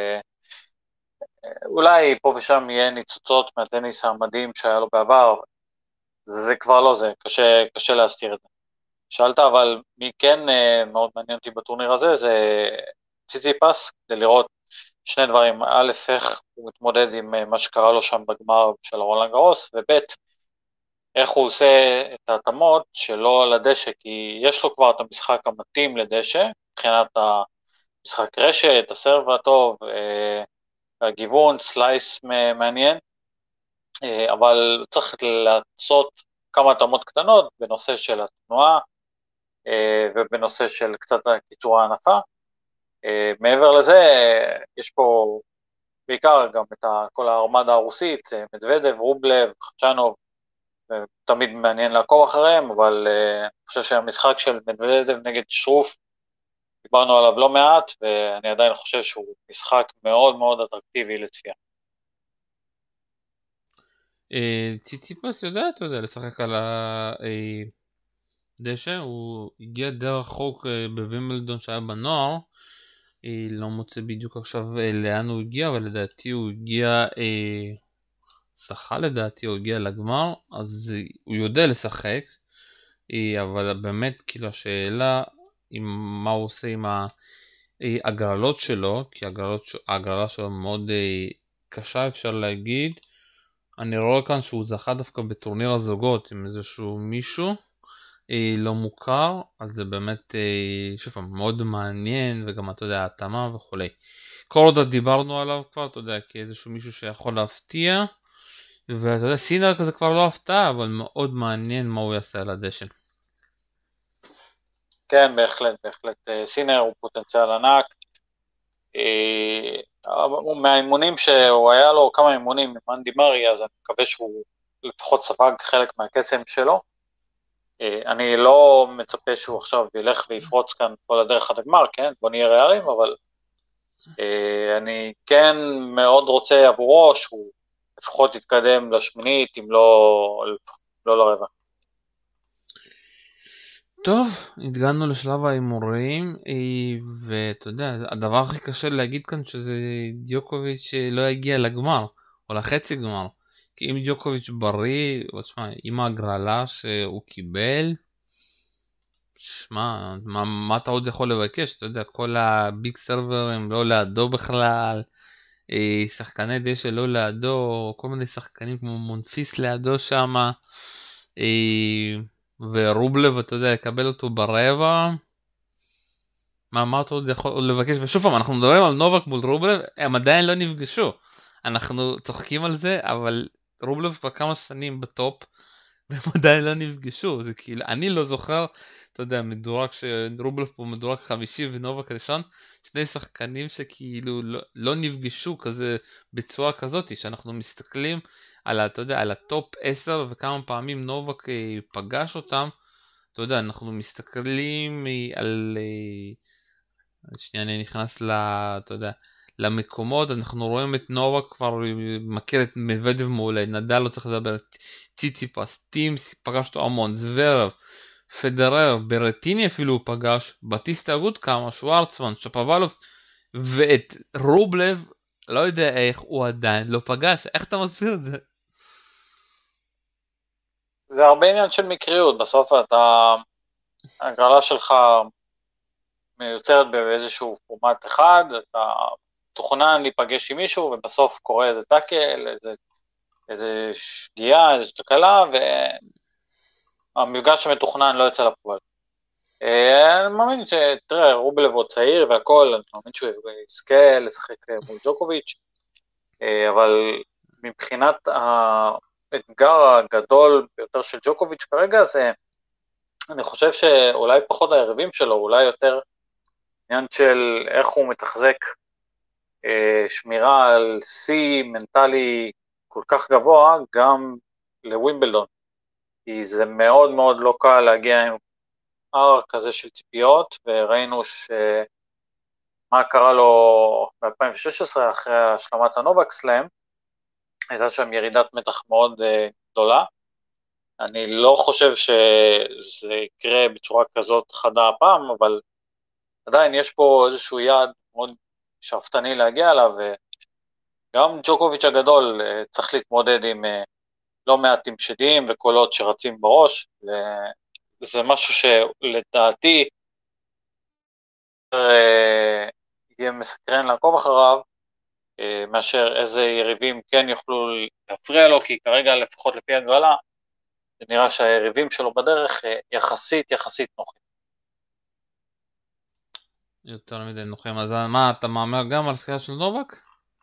ואולי פה ושם יהיה ניצוצות מהטניס המדהים שהיה לו בעבר, זה כבר לא זה, קשה להסתיר את זה. שאלת אבל מי כן מאוד מעניין אותי בטורניר הזה, זה ציציפס, כדי לראות שני דברים, א', איך הוא מתמודד עם מה שקרה לו שם בגמר של רולאן גארוס, וב', איך הוא עושה את ההתאמות שלו על הדשא, כי יש לו כבר את המשחק המתאים לדשא, מבחינת המשחק רשת, הסרב הטוב, הגיוון, סלייס מעניין, אבל צריך לעשות כמה התאמות קטנות בנושא של התנועה, ובנושא של קצת קיצור הענפה. מעבר לזה, יש פה בעיקר גם את כל הארמדה הרוסית, מדוודב, רובלב, חדשנוב, תמיד מעניין לעקוב אחריהם, אבל אני חושב שהמשחק של מדוודב נגד שרוף, דיברנו עליו לא מעט, ואני עדיין חושב שהוא משחק מאוד מאוד אטרקטיבי לצפייה. ציציפס יודע, אתה יודע, לשחק על הדשא, הוא הגיע די רחוק בווימבלדון שהיה בנוער, לא מוצא בדיוק עכשיו לאן הוא הגיע, אבל לדעתי הוא הגיע, זכה לדעתי, הוא הגיע לגמר, אז הוא יודע לשחק, אבל באמת כאילו השאלה מה הוא עושה עם ההגרלות שלו, כי ההגרלה שלו מאוד קשה אפשר להגיד. אני רואה כאן שהוא זכה דווקא בטורניר הזוגות עם איזשהו מישהו לא מוכר, אז זה באמת שוב פעם מאוד מעניין, וגם אתה יודע התאמה וכולי. כל עוד דיברנו עליו כבר, אתה יודע, כאיזשהו מישהו שיכול להפתיע, ואתה יודע סינר כזה כבר לא הפתעה, אבל מאוד מעניין מה הוא יעשה על הדשא. כן, בהחלט, סינר הוא פוטנציאל ענק, מהאימונים שהוא היה לו כמה אימונים עם אנדי מרי, אז אני מקווה שהוא לפחות ספג חלק מהקסם שלו. אני לא מצפה שהוא עכשיו ילך ויפרוץ כאן כל הדרך עד הגמר, כן? בוא נהיה ריאליים, אבל אני כן מאוד רוצה עבורו שהוא לפחות יתקדם לשמינית, אם לא לרבע. טוב, הגענו לשלב ההימורים, ואתה יודע, הדבר הכי קשה להגיד כאן שזה דיוקוביץ' לא יגיע לגמר, או לחצי גמר. כי אם דיוקוביץ' בריא, תשמע, עם ההגרלה שהוא קיבל, שמע, מה אתה עוד יכול לבקש? אתה יודע, כל הביג סרברים לא לידו בכלל, שחקני דשא לא לידו, כל מיני שחקנים כמו מונפיס לידו שמה, ורובלב, אתה יודע, יקבל אותו ברבע. מה אתה עוד יכול לבקש? ושוב פעם, אנחנו מדברים על נובק מול רובלב, הם עדיין לא נפגשו. אנחנו צוחקים על זה, אבל רובלב כבר כמה שנים בטופ, והם עדיין לא נפגשו. זה כאילו, אני לא זוכר, אתה יודע, מדורג שרובלב פה מדורג חמישי ונובק ראשון, שני שחקנים שכאילו לא נפגשו כזה בצורה כזאת, שאנחנו מסתכלים על, אתה יודע, על הטופ 10 וכמה פעמים נובק פגש אותם. אתה יודע, אנחנו מסתכלים על שנייה אני נכנס אתה יודע, למקומות, אנחנו רואים את נובק כבר מכיר את מדוודב מעולה, נדל לא צריך לדבר, ציציפס, טימס, פגש אותו המון, זוורב, פדרר, ברטיני אפילו הוא פגש, בטיסטה אגוד כמה, שוורצמן, שפובלוב, ואת רובלב, לא יודע איך, הוא עדיין לא פגש. איך אתה מסביר את זה? זה הרבה עניין של מקריות, בסוף ההגרלה שלך מיוצרת באיזשהו פורמט אחד, אתה תוכנן להיפגש עם מישהו, ובסוף קורה איזה טאקל, איזה שגיאה, איזו תקלה, והמפגש המתוכנן לא יוצא לפועל. אני מאמין תראה, רובלב הוא צעיר והכל, אני מאמין שהוא יזכה לשחק מול ג'וקוביץ', אבל מבחינת האתגר הגדול ביותר של ג'וקוביץ' כרגע, זה אני חושב שאולי פחות היריבים שלו, אולי יותר עניין של איך הוא מתחזק שמירה על שיא מנטלי כל כך גבוה, גם לווימבלדון, כי זה מאוד מאוד לא קל להגיע עם הר כזה של ציפיות, וראינו מה קרה לו ב-2016 אחרי השלמת הנובק סלאם, הייתה שם ירידת מתח מאוד גדולה. אני לא חושב שזה יקרה בצורה כזאת חדה הפעם, אבל עדיין יש פה איזשהו יעד מאוד שאפתני להגיע אליו, וגם ג'וקוביץ' הגדול צריך להתמודד עם לא מעט תמשדים וקולות שרצים בראש, וזה משהו שלדעתי יהיה מסקרן לעקוב אחריו, מאשר איזה יריבים כן יוכלו להפריע לו, כי כרגע לפחות לפי הגרלה, זה נראה שהיריבים שלו בדרך יחסית נוחים. יותר מדי נוחים. אז מה, אתה מאמר גם על זכייה של נובק?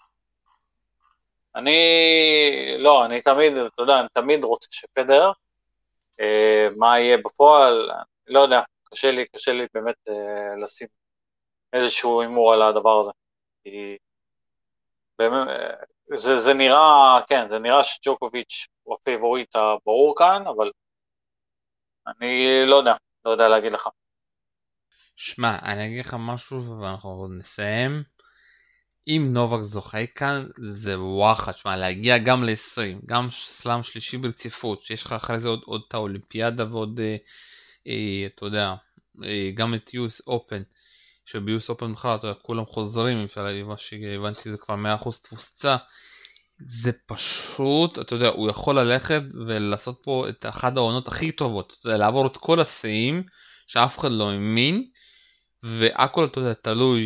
לא, אני תמיד, אתה יודע, אני תמיד רוצה שפדר, מה יהיה בפועל, לא יודע, קשה לי באמת לשים איזשהו אימור על הדבר הזה. כי באמת, זה נראה, כן, זה נראה שג'וקוביץ' הוא הפייבוריט הברור כאן, אבל אני לא יודע להגיד לך. שמע, אני אגיד לך משהו ואנחנו נסיים. אם נובק זוכה כאן, זה וואחד, שמע, להגיע גם ל-20, גם סלאם שלישי ברציפות, שיש לך אחרי זה עוד את האולימפיאדה ועוד, אתה יודע, גם את US Open, שב-US Open בכלל, אתה יודע, כולם חוזרים, מה שהבנתי זה כבר 100% תפוסה, זה פשוט, אתה יודע, הוא יכול ללכת ולעשות פה את אחת העונות הכי טובות, אתה יודע, לעבור את כל השיאים שאף אחד לא האמין, והכל, אתה יודע, תלוי,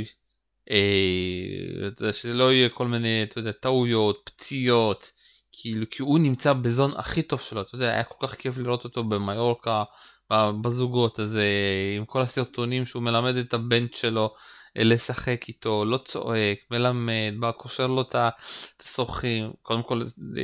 שלא יהיה כל מיני, אתה יודע, טעויות, פציעות, כאילו, כי הוא נמצא בזון הכי טוב שלו, אתה יודע, היה כל כך כיף לראות אותו במיורקה, בזוגות הזה, עם כל הסרטונים שהוא מלמד את הבן שלו לשחק איתו, לא צועק, מלמד, בא קושר לו את השוחים, קודם כל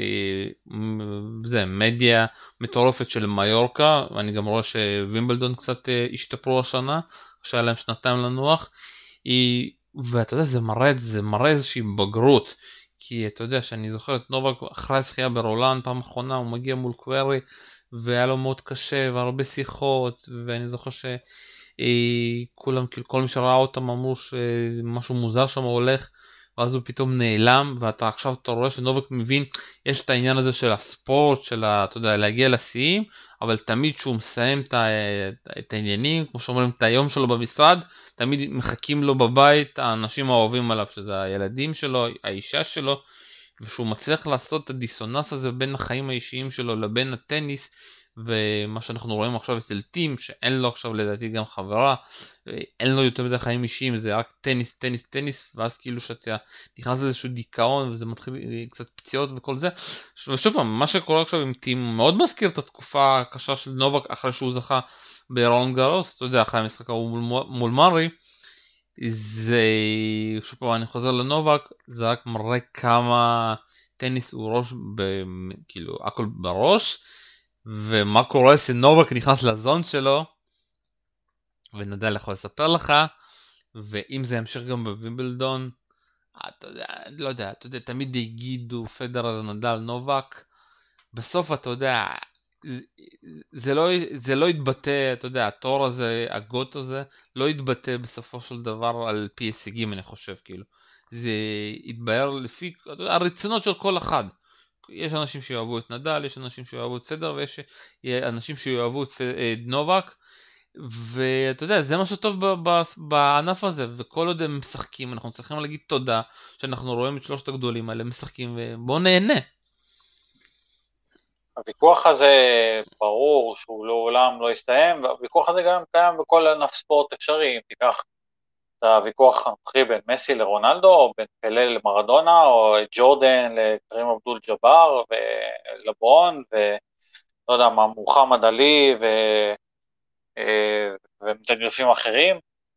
זה מדיה מטורפת של מיורקה, ואני גם רואה שווימבלדון קצת השתפרו השנה, שהיה להם שנתיים לנוח, ואתה יודע, זה מראה איזושהי בגרות, כי אתה יודע שאני זוכר את נובק אחרי הזכייה ברולנד פעם אחרונה, הוא מגיע מול קווירי, והיה לו מאוד קשה והרבה שיחות, ואני זוכר שכולם, כאילו כל מי שראה אותם אמרו שמשהו מוזר שם הולך, ואז הוא פתאום נעלם, ואתה עכשיו אתה רואה שנובק מבין, יש את העניין הזה של הספורט, של אתה יודע, להגיע לשיאים, אבל תמיד שהוא מסיים את העניינים, כמו שאומרים, את היום שלו במשרד, תמיד מחכים לו בבית האנשים האוהבים עליו, שזה הילדים שלו, האישה שלו, ושהוא מצליח לעשות את הדיסוננס הזה בין החיים האישיים שלו לבין הטניס, ומה שאנחנו רואים עכשיו אצל טים, שאין לו עכשיו לדעתי גם חברה, אין לו יותר מדי חיים אישיים, זה רק טניס, טניס, טניס, ואז כאילו שאתה נכנס לאיזשהו דיכאון, וזה מתחיל קצת פציעות וכל זה. ושוב פעם, מה שקורה עכשיו עם טים מאוד מזכיר את התקופה הקשה של נובק, אחרי שהוא זכה ברולנד גארוס, אתה יודע, אחרי המשחק ההוא מול מארי, זה, שוב פעם אני חוזר לנובק, זה רק מראה כמה טניס הוא ראש, כאילו הכל בראש, ומה קורה שנובק נכנס לזון שלו, ונדל יכול לספר לך, ואם זה ימשיך גם בווימבלדון, אתה יודע, לא יודע, אתה יודע, תמיד יגידו פדרר, נדל, נובק, בסוף אתה יודע, זה לא יתבטא, אתה יודע, התור הזה, הגוט הזה, לא יתבטא בסופו של דבר על פי הישגים, אני חושב, כאילו. זה יתבהר לפי הרצונות של כל אחד. יש אנשים שיאהבו את נדל, יש אנשים שיאהבו את פדר, ויש אנשים שיאהבו את נובק, ואתה יודע, זה משהו טוב בענף הזה, וכל עוד הם משחקים, אנחנו צריכים להגיד תודה שאנחנו רואים את שלושת הגדולים האלה משחקים, ובואו נהנה. הוויכוח הזה ברור שהוא לעולם לא יסתיים, והוויכוח הזה גם קיים בכל ענף ספורט אפשרי. אם תיקח את הוויכוח הנוכחי בין מסי לרונלדו, או בין פלה למרדונה, או את ג'ורדן לקרים אבדול ג'אבר, ולברון, ולא יודע מה, מוחמד עלי, ומתגרפים אחרים,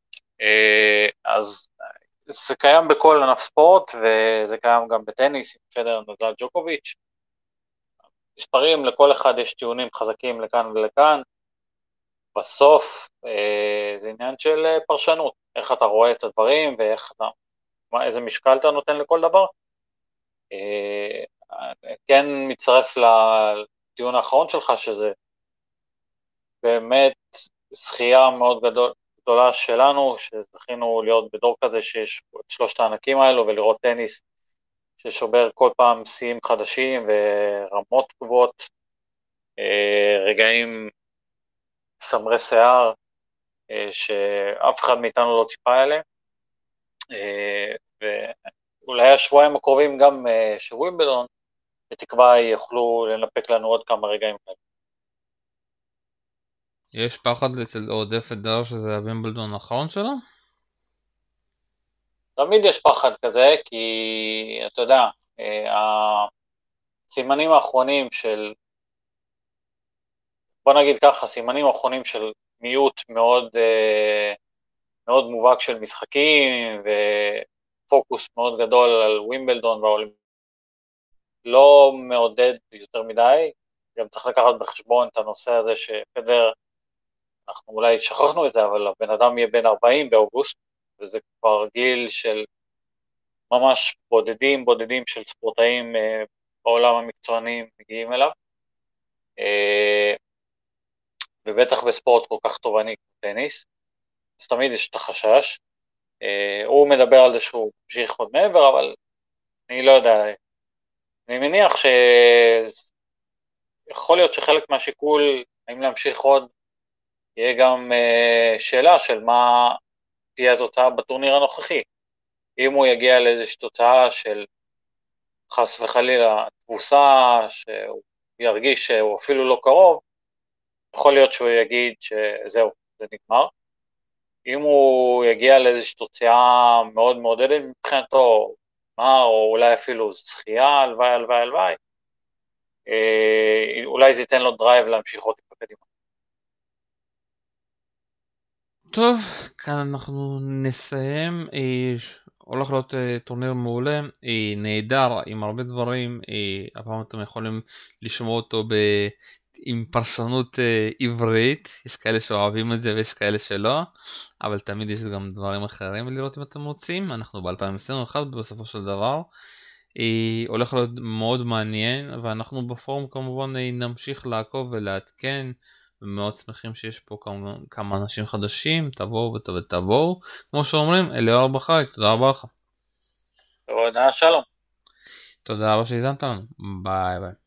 אז זה קיים בכל ענף ספורט, וזה קיים גם בטניס, עם פדר, נדל, ג'וקוביץ'. מספרים, לכל אחד יש טיעונים חזקים לכאן ולכאן, בסוף זה עניין של פרשנות, איך אתה רואה את הדברים, איזה משקל אתה נותן לכל דבר. כן מצטרף לטיעון האחרון שלך, שזה באמת זכייה מאוד גדולה שלנו, שזכינו להיות בדור כזה שיש את שלושת הענקים האלו, ולראות טניס ששובר כל פעם שיאים חדשים ורמות גבוהות, רגעים סמרי שיער, שאף אחד מאיתנו לא ציפה אליהם, ואולי השבועיים הקרובים גם שווימבלדון, בתקווה יוכלו לנפק לנו עוד כמה רגעים כאלה. יש פחד אצל אוהדי פדרר שזה הווימבלדון האחרון שלו? תמיד יש פחד כזה, כי אתה יודע, הסימנים האחרונים של, בוא נגיד ככה, הסימנים האחרונים של מיעוט מאוד, מאוד מובהק של משחקים, ופוקוס מאוד גדול על ווימבלדון והאולימפיאדה, לא מעודד יותר מדי. גם צריך לקחת בחשבון את הנושא הזה שפדר, אנחנו אולי שכחנו את זה, אבל הבן אדם יהיה בן 40 באוגוסט, וזה כבר גיל של ממש בודדים של ספורטאים בעולם המקצוענים מגיעים אליו, ובטח בספורט כל כך תובעני כמו טניס, אז תמיד יש את החשש. הוא מדבר על זה שהוא ממשיך עוד מעבר, אבל אני לא יודע, אני מניח שיכול להיות שחלק מהשיקול, האם להמשיך עוד, יהיה גם שאלה של מה תהיה התוצאה בטורניר הנוכחי. אם הוא יגיע לאיזושהי תוצאה של חס וחלילה תבוסה, שהוא ירגיש שהוא אפילו לא קרוב, יכול להיות שהוא יגיד שזהו, זה נגמר. אם הוא יגיע לאיזושהי תוצאה מאוד מעודדת מבחינתו, או אולי אפילו זכייה, הלוואי, אולי זה ייתן לו דרייב להמשיך עוד קדימה. טוב, כאן אנחנו נסיים. הולך להיות טורניר מעולה, נהדר, עם הרבה דברים. הפעם אתם יכולים לשמוע אותו עם פרשנות עברית. יש כאלה שאוהבים את זה ויש כאלה שלא, אבל תמיד יש גם דברים אחרים לראות אם אתם רוצים. אנחנו ב-2021 בסופו של דבר. הולך להיות מאוד מעניין, ואנחנו בפורום כמובן נמשיך לעקוב ולעדכן, ומאוד שמחים שיש פה כמה אנשים חדשים. תבואו ותבואו, כמו שאומרים, אליאור בחי. תודה רבה לך. תודה, שלום. תודה רבה שהזנת לנו. ביי ביי.